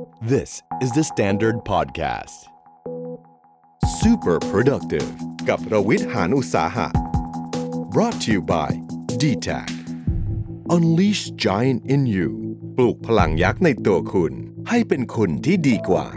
This is the Standard Podcast. Super productive กับรวิทย์ หาญอุตสาหะ brought to you by DTAC Unleash Giant in You ปลูกพลังยักษ์ในตัวคุณให้เป็นคุณที่ดีกว่า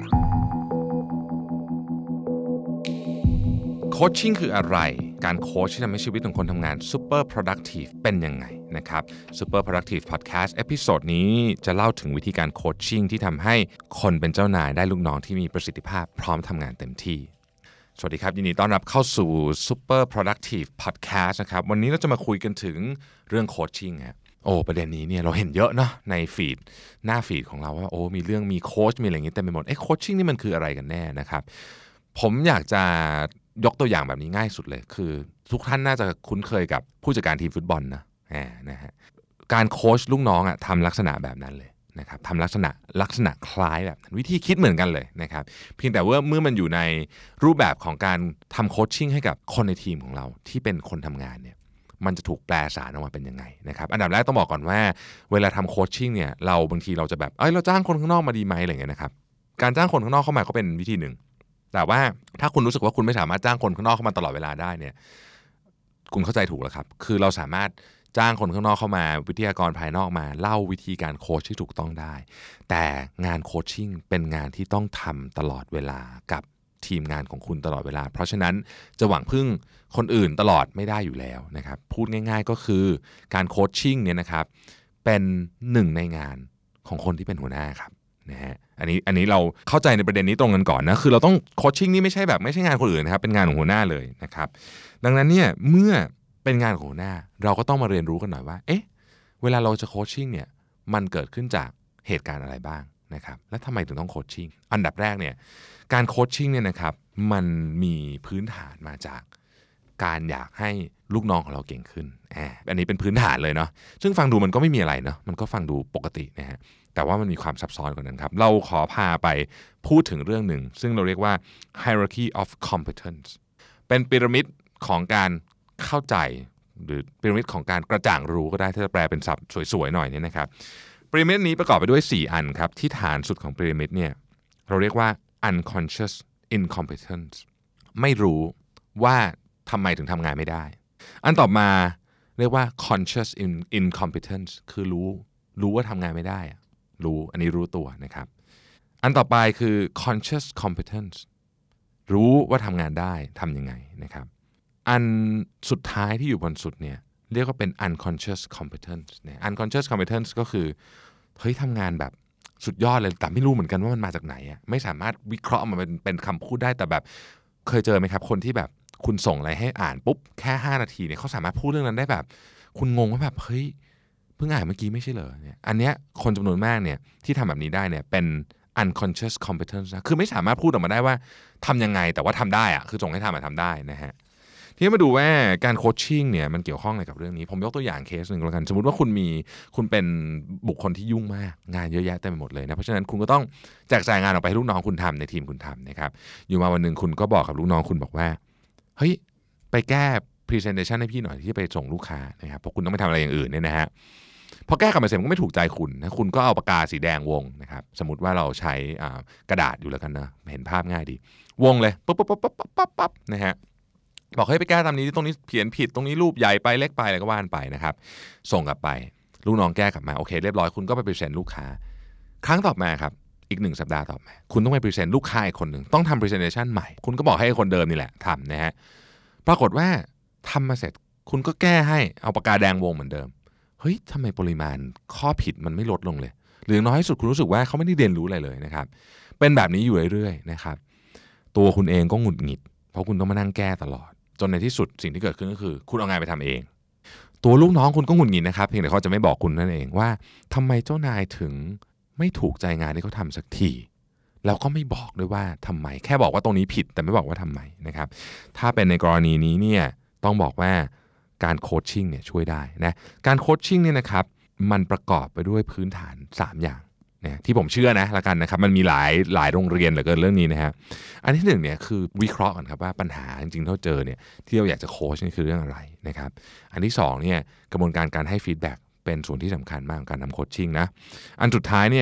โคชชิ่งคืออะไรการโค้ชที่ทำให้ชีวิตของคนทำงาน Super Productive เป็นยังไงนะครับ Super Productive Podcast เอพิโซดนี้จะเล่าถึงวิธีการโคชชิ่งที่ทำให้คนเป็นเจ้านายได้ลูกน้องที่มีประสิทธิภาพพร้อมทำงานเต็มที่สวัสดีครับยินดีต้อนรับเข้าสู่ Super Productive Podcast นะครับวันนี้เราจะมาคุยกันถึงเรื่องโคชชิ่งฮะประเด็นนี้เนี่ยเราเห็นเยอะเนาะในฟีดหน้าฟีดของเราว่ามีเรื่องมีโค้ชมีอะไรอย่างงี้เต็มไปหมดโคชชิ่งนี่มันคืออะไรกันแน่นะครับผมอยากจะยกตัวอย่างแบบนี้ง่ายสุดเลยคือทุกท่านน่าจะคุ้นเคยกับผู้จัดการทีมฟุตบอลนะฮะการโค้ชลูกน้องทำลักษณะแบบนั้นเลยนะครับทำลักษณะคล้ายแบบนั้นวิธีคิดเหมือนกันเลยนะครับเพียงแต่ว่าเมื่อมันอยู่ในรูปแบบของการทำโคชชิ่งให้กับคนในทีมของเราที่เป็นคนทำงานเนี่ยมันจะถูกแปลสารออกมาเป็นยังไงนะครับอันดับแรกต้องบอกก่อนว่าเวลาทำโคชชิ่งเนี่ยเราบางทีเราจะแบบเราจ้างคนข้างนอกมาดีไหมอะไรเงี้ยนะครับการจ้างคนข้างนอกเข้ามาก็เป็นวิธีหนึ่งแต่ว่าถ้าคุณรู้สึกว่าคุณไม่สามารถจ้างคนข้างนอกเข้ามาตลอดเวลาได้เนี่ยคุณเข้าใจถูกแล้วครับคือเราสามารถจ้างคนข้างนอกเข้ามาวิทยากรภายนอกมาเล่าวิธีการโค้ชที่ถูกต้องได้แต่งานโคชชิ่งเป็นงานที่ต้องทำตลอดเวลากับทีมงานของคุณตลอดเวลาเพราะฉะนั้นจะหวังพึ่งคนอื่นตลอดไม่ได้อยู่แล้วนะครับพูดง่ายๆก็คือการโคชชิ่งเนี่ยนะครับเป็นหนึ่งในงานของคนที่เป็นหัวหน้าครับนะฮะอันนี้เราเข้าใจในประเด็นนี้ตรงกันก่อนนะคือเราต้องโคชชิ่งนี่ไม่ใช่งานคนอื่นนะครับเป็นงานของหัวหน้าเลยนะครับดังนั้นเนี่ยเมื่อเป็นงานของหัวหน้าเราก็ต้องมาเรียนรู้กันหน่อยว่าเวลาเราจะโคชชิ่งเนี่ยมันเกิดขึ้นจากเหตุการณ์อะไรบ้างนะครับและทำไมถึงต้องโคชชิ่งอันดับแรกเนี่ยการโคชชิ่งเนี่ยนะครับมันมีพื้นฐานมาจากการอยากให้ลูกน้องของเราเก่งขึ้นอันนี้เป็นพื้นฐานเลยเนาะซึ่งฟังดูมันก็ไม่มีอะไรเนาะมันก็ฟังดูปกตินะฮะแต่ว่ามันมีความซับซ้อนกว่านั้นครับเราขอพาไปพูดถึงเรื่องหนึ่งซึ่งเราเรียกว่า hierarchy of competence เป็นพีระมิดของการเข้าใจหรือพีระมิดของการกระจ่างรู้ก็ได้ถ้าจะแปลเป็นศัพท์สวยๆหน่อยเนี่ยนะครับพีระมิดนี้ประกอบไปด้วย4อันครับที่ฐานสุดของพีระมิดเนี่ยเราเรียกว่า unconscious incompetence ไม่รู้ว่าทำไมถึงทำงานไม่ได้อันต่อมาเรียกว่า conscious incompetence คือรู้ว่าทำงานไม่ได้อันนี้รู้ตัวนะครับอันต่อไปคือ conscious competence รู้ว่าทำงานได้ทำยังไงนะครับอันสุดท้ายที่อยู่บนสุดเนี่ยเรียกว่าเป็น unconscious competence เนี่ย unconscious competence ก็คือทำงานแบบสุดยอดเลยแต่ไม่รู้เหมือนกันว่ามันมาจากไหนไม่สามารถวิเคราะห์มาเป็นคำพูดได้แต่แบบเคยเจอไหมครับคนที่แบบคุณส่งอะไรให้อ่านปุ๊บแค่5นาทีเนี่ยเขาสามารถพูดเรื่องนั้นได้แบบคุณงงว่าแบบเพิ่งอ่านเมื่อกี้ไม่ใช่เหรอเนี่ยอันเนี้ยคนจำนวนมากเนี่ยที่ทำแบบนี้ได้เนี่ยเป็น unconscious competence นะคือไม่สามารถพูดออกมาได้ว่าทำยังไงแต่ว่าทำได้คือส่งให้ทำได้นะฮะทีนี้มาดูว่าการโคชชิ่งเนี่ยมันเกี่ยวข้องอะไรกับเรื่องนี้ผมยกตัวอย่างเคสหนึ่งแล้วกันสมมติว่าคุณเป็นบุคคลที่ยุ่งมากงานเยอะแยะเต็มไปหมดเลยนะเพราะฉะนั้นคุณก็ต้องแจกจ่ายงานออกไปให้ลูกน้องคุณทำในทีมคุณทำนะครับอยู่มาวันนึงคุณก็บอกกับลูกน้องคุณบอกว่าไปแก้ presentation ให้พี่หน่อยที่ไปส่งลูกค้านะครับเพราะคุณต้องไปทำอะไรอย่างอื่นเนี่ยนะฮะพอแก้กลับมาเสร็จมันก็ไม่ถูกใจคุณนะคุณก็เอาปากกาสีแดงวงนะครับสมมติว่าเราใช้กระดาษอยู่แล้วกันนะเห็นภาพง่ายดีวงเลยปั๊บนะฮะบอกให้ไปแก้ตามนี้ตรงนี้เขียนผิดตรงนี้รูปใหญ่ไปเล็กไปอะไรก็ว่านไปนะครับส่งกลับไปลูกน้องแก้กลับมาโอเคเรียบร้อยคุณก็ไปพรีเซนต์ลูกค้าครั้งต่อมาครับอีก1สัปดาห์ต่อมาคุณต้องไปพรีเซนต์ลูกค้าอีกคนหนึ่งต้องทำ presentation ใหม่คุณก็บอกให้คนเดิมนี่แหละทำนะฮะปรากฏว่าทำมาเสร็จคุณก็แก้ให้เอาปากกาแดงวงเหมือนเดิมทำไมปริมาณข้อผิดมันไม่ลดลงเลยหรือน้อยที่สุดคุณรู้สึกว่าเขาไม่ได้เรียนรู้อะไรเลยนะครับเป็นแบบนี้อยู่เรื่อยๆนะครับตัวคุณเองก็หงุดหงิดเพราะคุณต้องมานั่งแก้ตลอดจนในที่สุดสิ่งที่เกิดขึ้นก็คือคุณเอางานไปทำเองตัวลูกน้องคุณก็หงุดหงิดนะครับเพียงแต่เขาจะไม่บอกคุณนั่นเองว่าทำไมเจ้านายถึงไม่ถูกใจงานที่เขาทำสักทีแล้วก็ไม่บอกด้วยว่าทำไมแค่บอกว่าตรงนี้ผิดแต่ไม่บอกว่าทำไมนะครับถ้าเป็นในกรณีนี้เนี่ยต้องบอกว่าการโคชชิ่งเนี่ยช่วยได้นะการโคชชิ่งเนี่ยนะครับมันประกอบไปด้วยพื้นฐาน3อย่างนะที่ผมเชื่อนะละกันนะครับมันมีหลายโรงเรียนเหลือเกินเรื่องนี้นะฮะอันที่1เนี่ยคือวิเคราะห์กันครับว่าปัญหาจริงๆที่เราเจอเนี่ยที่เราอยากจะโค้ชนี่คือเรื่องอะไรนะครับอันที่2เนี่ยกระบวนการให้ฟีดแบ็กเป็นส่วนที่สำคัญมากของการทำโคชชิ่งนะอันสุดท้ายเนี่ย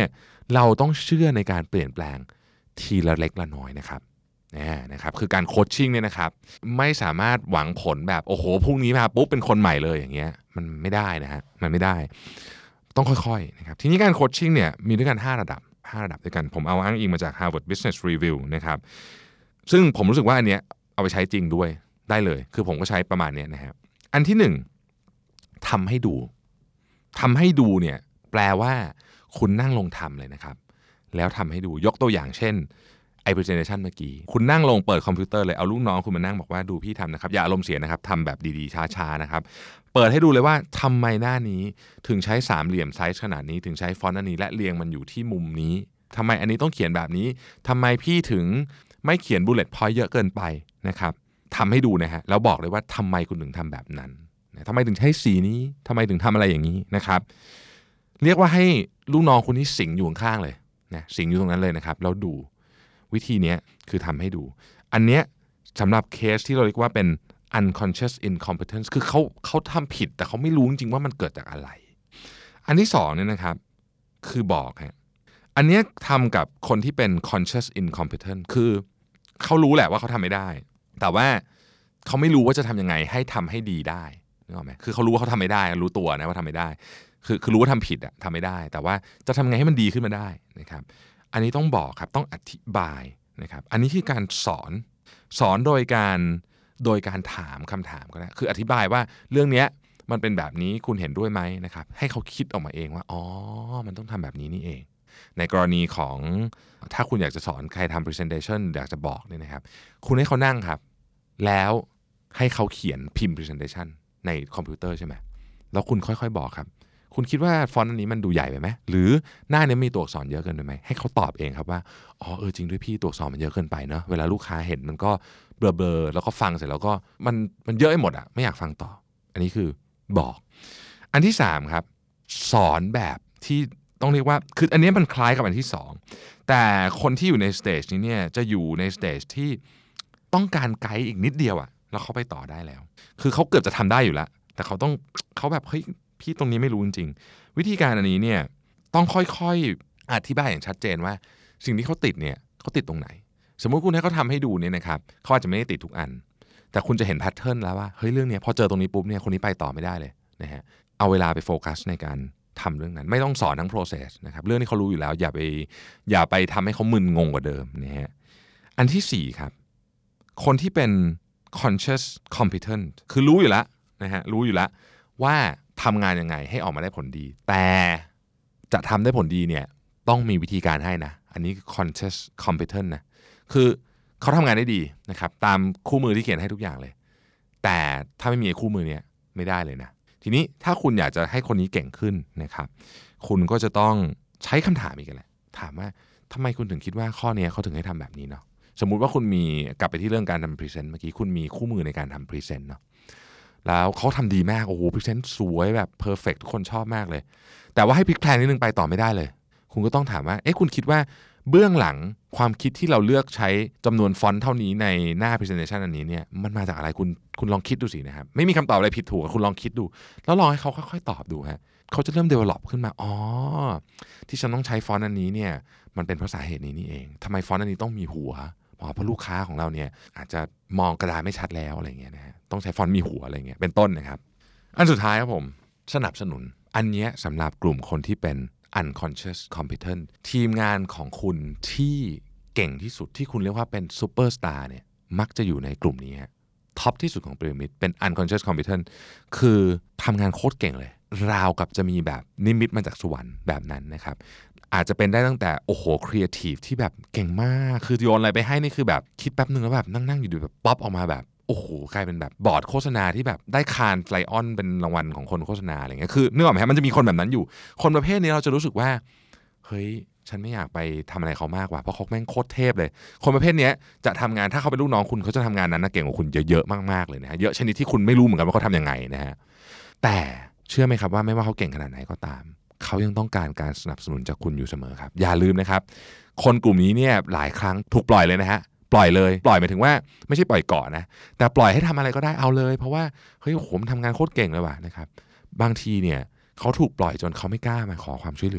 เราต้องเชื่อในการเปลี่ยนแปลงทีละเล็กละน้อยนะครับคือการโคชชิ่งเนี่ยนะครับไม่สามารถหวังผลแบบโอ้โหพรุ่งนี้มาปุ๊บเป็นคนใหม่เลยอย่างเงี้ยมันไม่ได้นะฮะมันไม่ได้ต้องค่อยๆนะครับทีนี้การโคชชิ่งเนี่ยมีด้วยกัน5 ระดับด้วยกันผมเอาอ้างอิงมาจาก Harvard Business Review นะครับซึ่งผมรู้สึกว่าอันเนี้ยเอาไปใช้จริงด้วยได้เลยคือผมก็ใช้ประมาณเนี้ยนะฮะอันที่1ทำให้ดูเนี่ยแปลว่าคุณนั่งลงทำเลยนะครับแล้วทำให้ดูยกตัวอย่างเช่นpresentation เมื่อกี้คุณนั่งลงเปิดคอมพิวเตอร์เลยเอาลูกน้องคุณมานั่งบอกว่าดูพี่ทำนะครับอย่าอารมณ์เสียนะครับทำแบบดีๆช้าๆนะครับเปิดให้ดูเลยว่าทำไมหน้านี้ถึงใช้สามเหลี่ยมไซส์ขนาดนี้ถึงใช้ฟอนต์อันนี้และเรียงมันอยู่ที่มุมนี้ทำไมอันนี้ต้องเขียนแบบนี้ทำไมพี่ถึงไม่เขียน bullet point เยอะเกินไปนะครับทำให้ดูนะฮะแล้วบอกเลยว่าทำไมคุณถึงทำแบบนั้นทำไมถึงใช้สีนี้ทำไมถึงทำอะไรอย่างนี้นะครับเรียกว่าให้ลูกน้องคุณนี่สิงอยู่ข้างๆเลยนะสิงอยู่ตรงนั้นเลยนะครับแล้วดูวิธีนี้คือทำให้ดูอันเนี้ยสำหรับเคสที่เราเรียกว่าเป็น unconscious incompetence คือเขาทำผิดแต่เขาไม่รู้จริงๆว่ามันเกิดจากอะไรอันที่2เนี่ยนะครับคือบอกฮะอันเนี้ยทำกับคนที่เป็น conscious incompetent คือเขารู้แหละว่าเขาทำไม่ได้แต่ว่าเขาไม่รู้ว่าจะทำยังไงให้ทำให้ดีได้นึกออกไหมคือเขารู้ว่าเขาทำไม่ได้รู้ตัวนะว่าทำไม่ได้คือรู้ว่าทำผิดอะทำไม่ได้แต่ว่าจะทำไงให้มันดีขึ้นมาได้นะครับอันนี้ต้องบอกครับต้องอธิบายนะครับอันนี้คือการสอนโดยการถามคำถามก็ได้คืออธิบายว่าเรื่องนี้มันเป็นแบบนี้คุณเห็นด้วยไหมนะครับให้เขาคิดออกมาเองว่าอ๋อมันต้องทำแบบนี้นี่เองในกรณีของถ้าคุณอยากจะสอนใครทำ presentation อยากจะบอกเนี่ยนะครับคุณให้เขานั่งครับแล้วให้เขาเขียนพิมพ์ presentation ในคอมพิวเตอร์ใช่ไหมแล้วคุณค่อยๆบอกครับคุณคิดว่าฟอนต์อันนี้มันดูใหญ่ไปไหมหรือหน้านี้มีตัวอักษรเยอะเกินไปไหมให้เขาตอบเองครับว่าอ๋อจริงด้วยพี่ตัวอักษรมันเยอะเกินไปเนอะเวลาลูกค้าเห็นมันก็เบลอๆแล้วก็ฟังเสร็จแล้วก็มันเยอะไปหมดอ่ะไม่อยากฟังต่ออันนี้คือบอกอันที่3ครับสอนแบบที่ต้องเรียกว่าคืออันนี้มันคล้ายกับอันที่2แต่คนที่อยู่ในสเตจนี้เนี่ยจะอยู่ในสเตจที่ต้องการไกด์อีกนิดเดียวอ่ะแล้วเขาไปต่อได้แล้วคือเขาเกือบจะทำได้อยู่แล้วแต่เขาแบบเฮ้ยพี่ตรงนี้ไม่รู้จริงๆวิธีการอันนี้เนี่ยต้องค่อยๆอธิบายอย่างชัดเจนว่าสิ่งที่เขาติดเนี่ยเขาติดตรงไหนสมมุติคุณให้เขาทำให้ดูเนี่ยนะครับเขาอาจจะไม่ได้ติดทุกอันแต่คุณจะเห็นแพทเทิร์นแล้วว่าเฮ้ยเรื่องนี้พอเจอตรงนี้ปุ๊บเนี่ยคนนี้ไปต่อไม่ได้เลยนะฮะเอาเวลาไปโฟกัสในการทำเรื่องนั้นไม่ต้องสอนทั้ง process นะครับเรื่องที่เขารู้อยู่แล้วอย่าไปทำให้เขามึนงงกว่าเดิมนะฮะอันที่4ครับคนที่เป็น conscious competent คือรู้อยู่แล้วนะฮะรู้อยู่แล้วว่าทำงานยังไงให้ออกมาได้ผลดีแต่จะทำได้ผลดีเนี่ยต้องมีวิธีการให้นะอันนี้ conscious competent นะคือเขาทำงานได้ดีนะครับตามคู่มือที่เขียนให้ทุกอย่างเลยแต่ถ้าไม่มีคู่มือเนี่ยไม่ได้เลยนะทีนี้ถ้าคุณอยากจะให้คนนี้เก่งขึ้นนะครับคุณก็จะต้องใช้คำถามอีกแหละถามว่าทำไมคุณถึงคิดว่าข้อนี้เขาถึงให้ทำแบบนี้เนาะสมมุติว่าคุณมีกลับไปที่เรื่องการทำพรีเซนต์เมื่อกี้คุณมีคู่มือในการทำพรีเซนต์เนาะแล้วเขาทำดีมากโอ้โหพรีเซนต์สวยแบบเพอร์เฟกต์ทุกคนชอบมากเลยแต่ว่าให้พลิกแพลงนิดนึงไปต่อไม่ได้เลยคุณก็ต้องถามว่าคุณคิดว่าเบื้องหลังความคิดที่เราเลือกใช้จำนวนฟอนต์เท่านี้ในหน้า presentation อันนี้เนี่ยมันมาจากอะไรคุณลองคิดดูสินะครับไม่มีคำตอบอะไรผิดถูกคุณลองคิดดูแล้วลองให้เขาค่อยๆตอบดูฮะเขาจะเริ่ม develop ขึ้นมาอ๋อที่ฉันต้องใช้ฟอนต์อันนี้เนี่ยมันเป็นเพราะสาเหตุนี้นี่เองทำไมฟอนต์อันนี้ต้องมีหัวเพราะลูกค้าของเราเนี่ยอาจจะมองกระดาษไม่ชัดแล้วอะไรเงี้ยนะฮะต้องใช้ฟอนต์มีหัวอะไรเงี้ยเป็นต้นนะครับอันสุดท้ายครับผมสนับสนุนอันเนี้ยสำหรับกลุ่มคนที่เป็น unconscious competent ทีมงานของคุณที่เก่งที่สุดที่คุณเรียกว่าเป็นซูเปอร์สตาร์เนี่ยมักจะอยู่ในกลุ่มนี้ฮะท็อปที่สุดของพีระมิดเป็น unconscious competent คือทำงานโคตรเก่งเลยราวกับจะมีแบบนิมิตมาจากสวรรค์แบบนั้นนะครับอาจจะเป็นได้ตั้งแต่โอ้โหครีเอทีฟที่แบบเก่งมากคือโยนอะไรไปให้นี่คือแบบคิดแป๊บนึงแล้วแบบนั่งอยู่ดูแบบป๊อปออกมาแบบโอ้โหกลายเป็นแบบบอร์ดโฆษณาที่แบบได้คานไลออนเป็นรางวัลของคนโฆษณาอะไรเงี้ยคือนึกออกไหมครับมันจะมีคนแบบนั้นอยู่คนประเภทนี้เราจะรู้สึกว่าเฮ้ยฉันไม่อยากไปทำอะไรเขามากกว่าเพราะเขาแม่งโคตรเทพเลยคนประเภทนี้จะทำงานถ้าเขาเป็นลูกน้องคุณเขาจะทำงานนั้นนะเก่งกว่าคุณเยอะๆมากๆเลยนะเยอะชนิดที่คุณไม่รู้เหมือนกันว่าเขาทำยังไงนะฮะแต่เชื่อไหมครับว่าไม่ว่าเขาเก่งขนาดไหนก็ตามเขายังต้องการการสนับสนุนจากคุณอยู่เสมอครับอย่าลืมนะครับคนกลุ่มนี้เนี่ยหลายครั้งถูกปล่อยเลยนะฮะปล่อยเลยปล่อยหมายถึงว่าไม่ใช่ปล่อยก่อนนะแต่ปล่อยให้ทำอะไรก็ได้เอาเลยเพราะว่าเฮ้ยผมทำงานโคตรเก่งเลยว่ะนะครับบางทีเนี่ยเขาถูกปล่อยจนเขาไม่กล้ามาขอความช่วยเหลือนะฮะ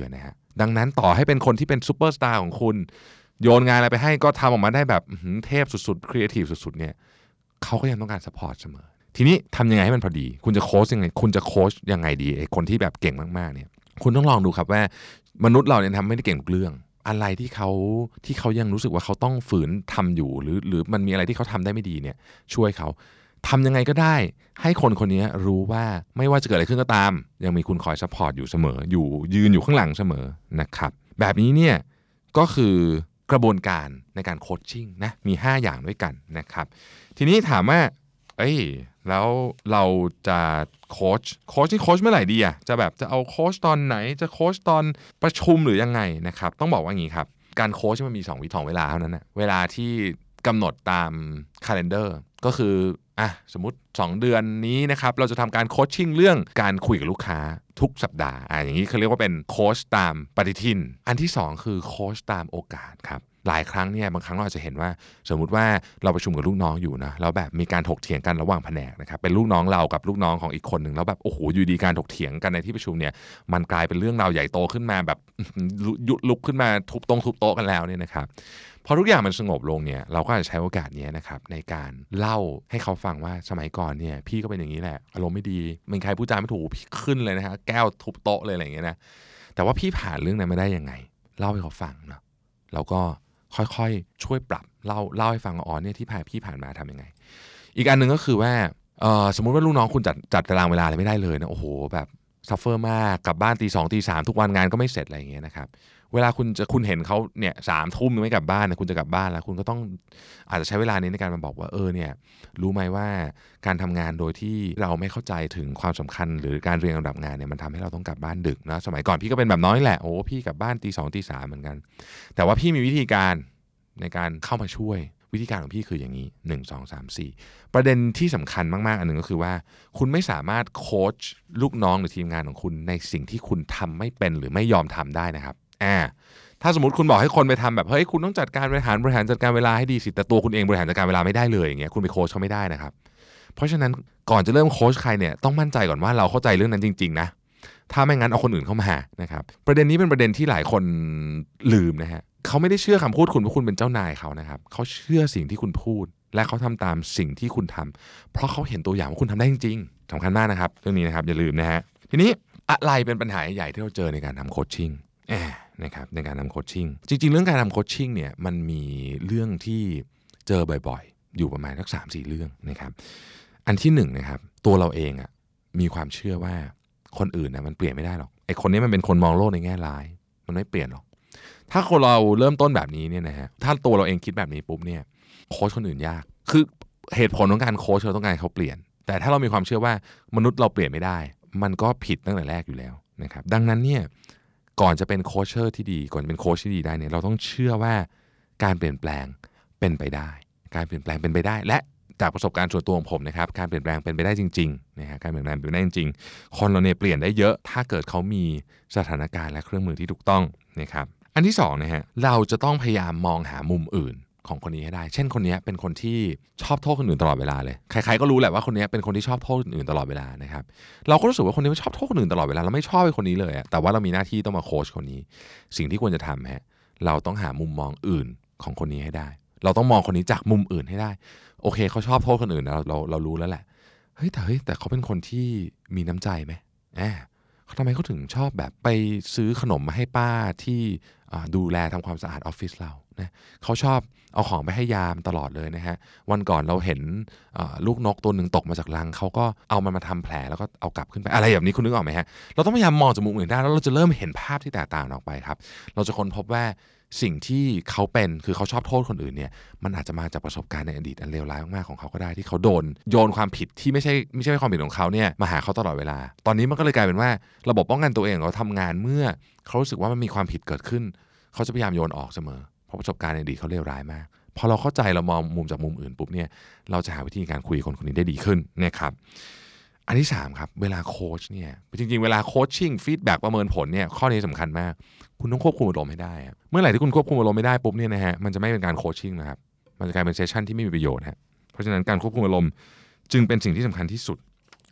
ดังนั้นต่อให้เป็นคนที่เป็นซูเปอร์สตาร์ของคุณโยนงานอะไรไปให้ก็ทำออกมาได้แบบเทพสุดๆครีเอทีฟสุดๆเนี่ยเขาก็ยังต้องการซัพพอร์ตเสมอทีนี้ทำยังไงให้มันพอดีคุณจะโค้ชยังไงคุณจะโค้ชยังไงดีไอ้คนที่แบบเก่งมากๆเนี่ยคุณต้องลองดูครับว่ามนุษย์เราเนี่ยทำไม่ได้เก่งทุกเรื่องอะไรที่เขายังรู้สึกว่าเขาต้องฝืนทำอยู่หรือมันมีอะไรที่เขาทำได้ไม่ดีเนี่ยช่วยเขาทำยังไงก็ได้ให้คนคนนี้รู้ว่าไม่ว่าจะเกิดอะไรขึ้นก็ตามยังมีคุณคอยซัพพอร์ตอยู่เสมออยู่ยืนอยู่ข้างหลังเสมอนะครับแบบนี้เนี่ยก็คือกระบวนการในการโคชชิ่งนะมี5อย่างด้วยกันนะครับทีนี้ถามว่าแล้วเราจะโค้ชนี่โค้ชเมื่อไหร่ดีอ่ะจะเอาโค้ชตอนไหนจะโค้ชตอนประชุมหรือยังไงนะครับต้องบอกว่าอย่างนี้ครับการโค้ชมันมี2เวลาเท่านั้นนะเวลาที่กำหนดตาม calendar ก็คือสมมุติ2เดือนนี้นะครับเราจะทำการโคชชิ่งเรื่องการคุยกับลูกค้าทุกสัปดาห์อย่างนี้เขาเรียกว่าเป็นโค้ชตามปฏิทินอันที่2คือโค้ชตามโอกาสครับหลายครั้งเนี่ยบางครั้งเราอาจจะเห็นว่าสมมุติว่าเราประชุมกับลูกน้องอยู่นะแล้วแบบมีการถกเถียงกันระหว่างแผนกนะครับเป็นลูกน้องเรากับลูกน้องของอีกคนหนึ่งแล้วแบบโอ้โหอยู่ดีการถกเถียงกันในที่ประชุมเนี่ยมันกลายเป็นเรื่องราวใหญ่โตขึ้นมาแบบลุกขึ้นมาทุบโต๊ะกันแล้วเนี่ยนะครับพอทุกอย่างมันสงบลงเนี่ยเราก็อาจจะใช้โอกาสนี้นะครับในการเล่าให้เขาฟังว่าสมัยก่อนเนี่ยพี่ก็เป็นอย่างนี้แหละอารมณ์ไม่ดีเป็นใครพูดจาไม่ถูกพี่ขึ้นเลยนะฮะแก้วทุบโต๊ะเลยอะไรอย่างเงี้ยนะแต่ว่าพี่ผ่านเรื่องนั้นมาได้ยังไงเล่าให้เขาฟังเนาะแล้วก็ค่อยๆช่วยปรับเล่าให้ฟังว่าเนี่ยที่พี่ผ่านมาทำยังไงอีกอันนึงก็คือว่าสมมุติว่าลูกน้องคุณจัดตารางเวลาอะไรไม่ได้เลยนะโอ้โหแบบซัฟเฟอร์มากกลับบ้านตี 2 ตี 3ทุกวันงานก็ไม่เสร็จอะไรอย่างเงี้ยนะครับเวลาคุณเห็นเขาเนี่ย3 ทุ่มไม่กลับบ้านนะคุณจะกลับบ้านแล้วคุณก็ต้องอาจจะใช้เวลานี้ในการมาบอกว่าเนี่ยรู้ไหมว่าการทำงานโดยที่เราไม่เข้าใจถึงความสำคัญหรือการเรียงลำดับงานเนี่ยมันทำให้เราต้องกลับบ้านดึกนะสมัยก่อนพี่ก็เป็นแบบน้อยแหละโอ้พี่กลับบ้านตี 2 ตี 3เหมือนกันแต่ว่าพี่มีวิธีการในการเข้ามาช่วยวิธีการของพี่คืออย่างนี้1 2 3 4ประเด็นที่สำคัญมากๆอันหนึ่งก็คือว่าคุณไม่สามารถโค้ชลูกน้องหรือทีมงานของคุณในสิ่งที่คุณทำไม่เป็นหรือไม่ยอมทำได้นะครับถ้าสมมติคุณบอกให้คนไปทำแบบเฮ้ยคุณต้องจัดการบริหารจัดการเวลาให้ดีสิแต่ตัวคุณเองบริหารจัดการเวลาไม่ได้เลยอย่างเงี้ยคุณไปโค้ชเขาไม่ได้นะครับเพราะฉะนั้นก่อนจะเริ่มโค้ชใครเนี่ยต้องมั่นใจก่อนว่าเราเข้าใจเรื่องนั้นจริงๆนะถ้าไม่งั้นเอาคนอื่นเข้ามานะครับประเด็นนี้เป็นประเด็นที่หลายคนลืมนะฮะเขาไม่ได้เชื่อคำพูดคุณเพราะคุณเป็นเจ้านายเขานะครับเขาเชื่อสิ่งที่คุณพูดและเขาทำตามสิ่งที่คุณทำเพราะเขาเห็นตัวอย่างว่าคุณทำได้จริงๆสำคัญมากนะครับเรื่องนี้นะครับอย่าลืมนะฮะทีนี้อะไรเป็นปัญหาใหญ่ที่เราเจอในการทำโคชชิ่งนะครับในการทำโคชชิ่งจริงๆเรื่องการทำโคชชิ่งเนี่ยมันมีเรื่องที่เจอบ่อยๆอยู่ประมาณสัก 3-4 เรื่องนะครับอันที่1นะครับตัวเราเองมีความเชื่อว่าคนอื่นมันเปลี่ยนไม่ได้หรอกไอ้คนนี้มันเป็นคนมองโลกในแง่ร้ายมันไม่เปลี่ยนหรอกถ้าคนเราเริ่มต้นแบบนี้เนี่ยนะฮะถ้าตัวเราเองคิดแบบนี้ปุ๊บเนี่ยโค้ชคนอื่นยากคือเหตุผลของการโค้ชเราต้องการเขาเปลี่ยนแต่ถ้าเรามีความเชื่อว่ามนุษย์เราเปลี่ยนไม่ได้มันก็ผิดตั้งแต่แรกอยู่แล้วนะครับดังนั้นเนี่ยก่อนจะเป็นโค้ชเชอร์ที่ดีก่อนจะเป็นโค้ชที่ดีได้เนี่ยเราต้องเชื่อว่าการเปลี่ยนแปลงเป็นไปได้การเปลี่ยนแปลงเป็นไปได้และจากประสบการณ์ส่วนตัวของผมนะครับการเปลี่ยนแปลงเป็นไปได้จริงๆนะฮะการเปลี่ยนแปลงเป็นไปได้จริงๆคนเราเนี่ยเปลี่ยนได้เยอะถ้าเกิดเขามีสถานการณ์และเครื่องมือที่ถูกต้องนะครับอันที่2นะฮะเราจะต้องพยายามมองหามุมอื่นของคนนี้ให้ได้เช่นคนนี้เป็นคนที่ชอบโทษคนอื่นตลอดเวลาเลยใครๆก็รู้แหละว่าคนนี้เป็นคนที่ชอบโทษคนอื่นตลอดเวลานะครับเราก็รู้สึกว่าคนนี้ชอบโทษคนอื่นตลอดเวลาเราไม่ชอบไอ้คนนี้เลยแต่ว่าเรามีหน้าที่ต้องมาโค้ชคนนี้สิ่งที่ควรจะทำฮะเราต้องหามุมมองอื่นของคนนี้ให้ได้เราต้องมองคนนี้จากมุมอื่นให้ได้โอเคเขาชอบโทษคนอื่นเรารู้แล้วแหละเฮ้ยแต่เขาเป็นคนที่มีน้ำใจไหมทำไมเขาถึงชอบแบบไปซื้อขนมมาให้ป้าที่ดูแลทำความสะอาดออฟฟิศเรานะเขาชอบเอาของไปให้ยามตลอดเลยนะฮะวันก่อนเราเห็นลูกนกตัวหนึ่งตกมาจากรังเขาก็เอามันมาทำแผลแล้วก็เอากลับขึ้นไปอะไรแบบนี้คุณนึกออกไหมฮะเราต้องพยายามมองจากมุมอื่นได้แล้วเราจะเริ่มเห็นภาพที่แตกต่างออกไปครับเราจะค้นพบว่าสิ่งที่เขาเป็นคือเขาชอบโทษคนอื่นเนี่ยมันอาจจะมาจากประสบการณ์ในอดีตอันเลวร้ายมากๆของเขาก็ได้ที่เขาโยนความผิดที่ไม่ใช่ความผิดของเขาเนี่ยมาหาเขาตลอดเวลาตอนนี้มันก็เลยกลายเป็นว่าระบบป้องกันตัวเองของเขาทำงานเมื่อเขารู้สึกว่ามันมีความผิดเกิดขึ้นเขาจะพยายามโยนออกเสมอเพราะประสบการณ์ในอดีตเขาเลวร้ายมากพอเราเข้าใจเรามองมุมจากมุมอื่นปุ๊บเนี่ยเราจะหาวิธีการคุยกับคนนี้ได้ดีขึ้นนะครับอันที่3ครับเวลาโค้ชเนี่ยจริงๆเวลาโคชชิ่งฟีดแบ็กประเมินผลเนี่ยข้อนี้สำคัญมากคุณต้องควบคุมอารมณ์ให้ได้เมื่อไหร่ที่คุณควบคุมอารมณ์ไม่ได้ปุ๊บเนี่ยนะฮะมันจะไม่เป็นการโคชชิ่งนะครับมันจะกลายเป็นเซสชั่นที่ไม่มีประโยชน์ฮะเพราะฉะนั้นการควบคุมอารมณ์จึงเป็นสิ่งที่สำคัญที่สุด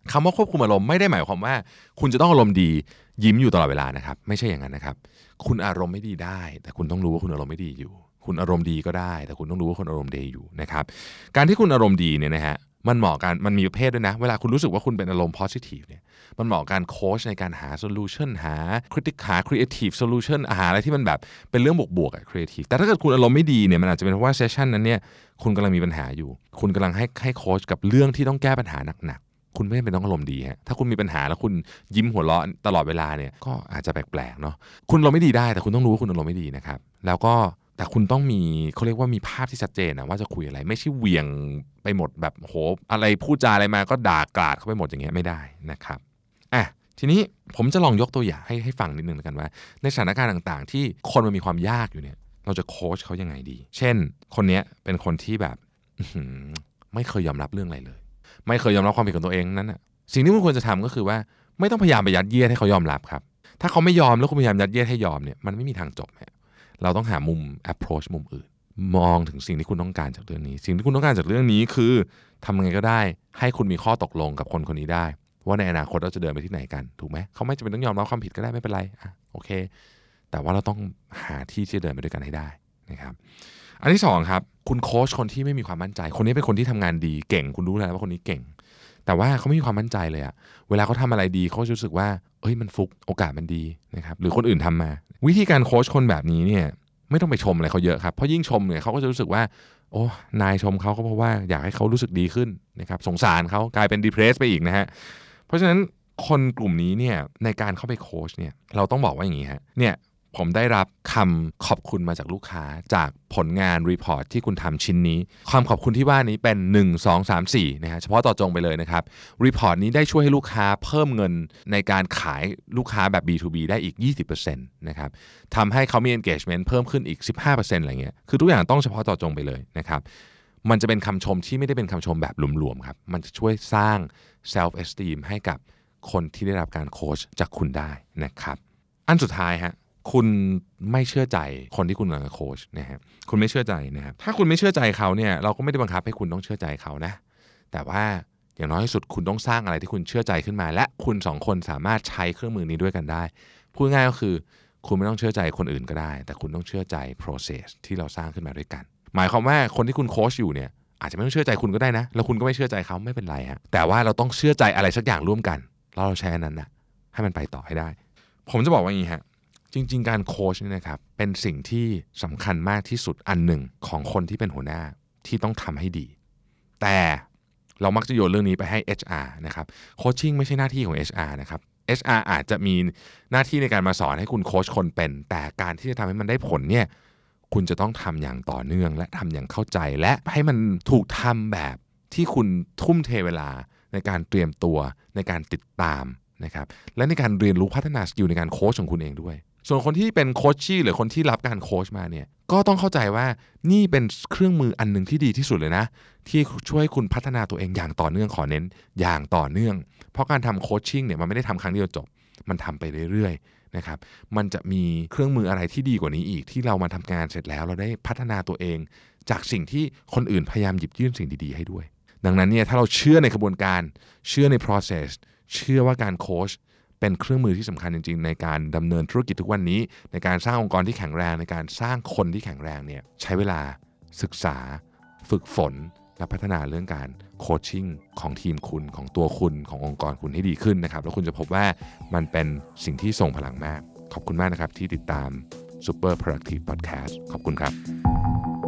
คำว่าควบคุมอารมณ์ไม่ได้หมายความว่าคุณจะต้องอารมณ์ดียิ้มอยู่ตลอดเวลานะครับไม่ใช่อย่างนั้นนะครับคุณอารมณ์ไม่ดีได้แต่คุณต้องรู้ว่าคุณอารมณ์ไม่ดีอยู่คุณอารมณ์ดีก็ได้แต่คุณต้องรู้ว่าคุณอารมณ์ดีอยู่นะครับการที่คุณอารมณ์ดีเนี่ยนะฮะมันเหมาะกันมันมีประเภทด้วยนะเวลาคุณรู้สึกว่าคุณเป็นอารมณ์ positive เนี่ยมันเหมาะการโค้ชในการหา solution หา creative solution หาอะไรที่มันแบบเป็นเรื่องบวกๆอะ creative แต่ถ้าเกิดคุณอารมณ์ไม่ดีเนี่ยมันอาจจะเป็นเพราะว่า session นั้นเนี่ยคุณกำลังมีปัญหาอยู่คุณกำลังให้โค้ชกับเรื่องที่ต้องแก้ปัญหาหนักๆคุณไม่จำเป็นต้องอารมณ์ดีฮะถ้าคุณมีปัญหาแล้วคุณยิ้มหัวเราะตลอดเวลาเนี่ยก็อาจจะแปลกๆเนาะคุณอารมณ์ไม่ดีได้แต่คุณต้องรู้ว่าคุณอารมณ์ไม่ดีนะครับแล้วก็แต่คุณต้องมีเขาเรียกว่ามีภาพที่ชัดเจนนะว่าจะคุยอะไรไม่ใช่เหวี่ยงไปหมดแบบโหอะไรพูดจาอะไรมาก็ด่ากราดเข้าไปหมดอย่างเงี้ยไม่ได้นะครับทีนี้ผมจะลองยกตัวอย่างให้ฟังนิดนึงแล้วกันว่าในสถานการณ์ต่างๆที่คนมันมีความยากอยู่เนี่ยเราจะโค้ชเขายังไงดีเช่นคนนี้เป็นคนที่แบบไม่เคยยอมรับเรื่องอะไรเลยไม่เคยยอมรับความผิดของตัวเองนั้นน่ะสิ่งที่คุณควรจะทำก็คือว่าไม่ต้องพยายามไปยัดเยียดให้เขายอมรับครับถ้าเขาไม่ยอมแล้วคุณพยายามยัดเยียดให้ยอมเนี่ยมันไม่มีทางจบเราต้องหามุม approach มุมอื่นมองถึงสิ่งที่คุณต้องการจากเรื่องนี้สิ่งที่คุณต้องการจากเรื่องนี้คือทำยังไงก็ได้ให้คุณมีข้อตกลงกับคนนี้ได้ว่าในอนาคตเราจะเดินไปที่ไหนกันถูกไหมเขาไม่จำเป็นต้องยอมรับความผิดก็ได้ไม่เป็นไรโอเคแต่ว่าเราต้องหาที่จะเดินไปด้วยกันให้ได้นะครับอันที่2ครับคุณโค้ชคนที่ไม่มีความมั่นใจคนนี้เป็นคนที่ทำงานดีเก่งคุณรู้แล้วว่าคนนี้เก่งแต่ว่าเขาไม่มีความมั่นใจเลยเวลาเขาทำอะไรดีเขาจะรู้สึกว่ามันฟุกโอกาสมันดีนะครับหรือคนอื่นทำมาวิธีการโค้ชคนแบบนี้เนี่ยไม่ต้องไปชมอะไรเขาเยอะครับเพราะยิ่งชมเนี่ยเขาก็จะรู้สึกว่าโอ้นายชมเขาก็เพราะว่าอยากให้เขารู้สึกดีขึ้นนะครับสงสารเขากลายเป็น depress ไปอีกนะฮะเพราะฉะนั้นคนกลุ่มนี้เนี่ยในการเข้าไปโค้ชเนี่ยเราต้องบอกว่าอย่างนี้ฮะเนี่ยผมได้รับคำขอบคุณมาจากลูกค้าจากผลงานรีพอร์ตที่คุณทำชิ้นนี้ความขอบคุณที่ว่านี้เป็น1 2 3 4นะฮะเฉพาะต่อจงไปเลยนะครับรีพอร์ตนี้ได้ช่วยให้ลูกค้าเพิ่มเงินในการขายลูกค้าแบบ B2B ได้อีก 20% นะครับทำให้เขามี engagement เพิ่มขึ้นอีก 15% อะไรเงี้ยคือทุกอย่างต้องเฉพาะต่อจงไปเลยนะครับมันจะเป็นคำชมที่ไม่ได้เป็นคำชมแบบหลวมๆครับมันจะช่วยสร้าง self esteem ให้กับคนที่ได้รับการโค้ชจากคุณได้นะครับอันสุดท้ายฮะคุณไม่เชื่อใจคนที่คุณกำลังโค้ชนะฮะคุณไม่เชื่อใจนะครับถ้าคุณไม่เชื่อใจเขาเนี่ยเราก็ไม่ได้บังคับให้คุณต้องเชื่อใจเขานะแต่ว่าอย่างน้อยที่สุดคุณต้องสร้างอะไรที่คุณเชื่อใจขึ้นมาและคุณ2คนสามารถใช้เครื่องมือนี้ด้วยกันได้พูดง่ายก็คือคุณไม่ต้องเชื่อใจคนอื่นก็ได้แต่คุณต้องเชื่อใจ process ที่เราสร้างขึ้นมาด้วยกันหมายความว่าคนที่คุณโค้ชอยู่เนี่ยอาจจะไม่ต้องเชื่อใจคุณก็ได้นะแล้วคุณก็ไม่เชื่อใจเขาไม่เป็นไรฮะแต่ว่าเราต้องเชื่อใจอะไรสักอย่างร่วมกันแล้วเราใช้นั้นนะให้มันไปต่อให้ได้ผมจะบอกว่าอย่างนี้ฮะจริงๆการโค้ชนี่นะครับเป็นสิ่งที่สำคัญมากที่สุดอันหนึ่งของคนที่เป็นหัวหน้าที่ต้องทำให้ดีแต่เรามักจะโยนเรื่องนี้ไปให้ HR นะครับโคชชิ่งไม่ใช่หน้าที่ของ HR นะครับ HR อาจจะมีหน้าที่ในการมาสอนให้คุณโค้ชคนเป็นแต่การที่จะทำให้มันได้ผลเนี่ยคุณจะต้องทำอย่างต่อเนื่องและทำอย่างเข้าใจและให้มันถูกทำแบบที่คุณทุ่มเทเวลาในการเตรียมตัวในการติดตามนะครับและในการเรียนรู้พัฒนาสกิลในการโค้ชของคุณเองด้วยส่วนคนที่เป็นโค้ชชี่หรือคนที่รับการโค้ชมาเนี่ยก็ต้องเข้าใจว่านี่เป็นเครื่องมืออันนึงที่ดีที่สุดเลยนะที่ช่วยคุณพัฒนาตัวเองอย่างต่อเนื่องขอเน้นอย่างต่อเนื่องเพราะการทำโค้ชชิ่งเนี่ยมันไม่ได้ทำครั้งเดียวจบมันทำไปเรื่อยๆนะครับมันจะมีเครื่องมืออะไรที่ดีกว่านี้อีกที่เรามาทำงานเสร็จแล้วเราได้พัฒนาตัวเองจากสิ่งที่คนอื่นพยายามหยิบยื่นสิ่งดีๆให้ด้วยดังนั้นเนี่ยถ้าเราเชื่อในกระบวนการเชื่อใน process เชื่อว่าการโค้ชเป็นเครื่องมือที่สำคัญจริงๆในการดำเนินธุรกิจทุกวันนี้ในการสร้างองค์กรที่แข็งแรงในการสร้างคนที่แข็งแรงเนี่ยใช้เวลาศึกษาฝึกฝนและพัฒนาเรื่องการโคชชิ่งของทีมคุณของตัวคุณขององค์กรคุณให้ดีขึ้นนะครับแล้วคุณจะพบว่ามันเป็นสิ่งที่ส่งพลังมากขอบคุณมากนะครับที่ติดตาม Super Productive Podcast ขอบคุณครับ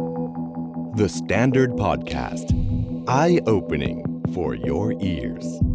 The Standard Podcast Eye Opening for your ears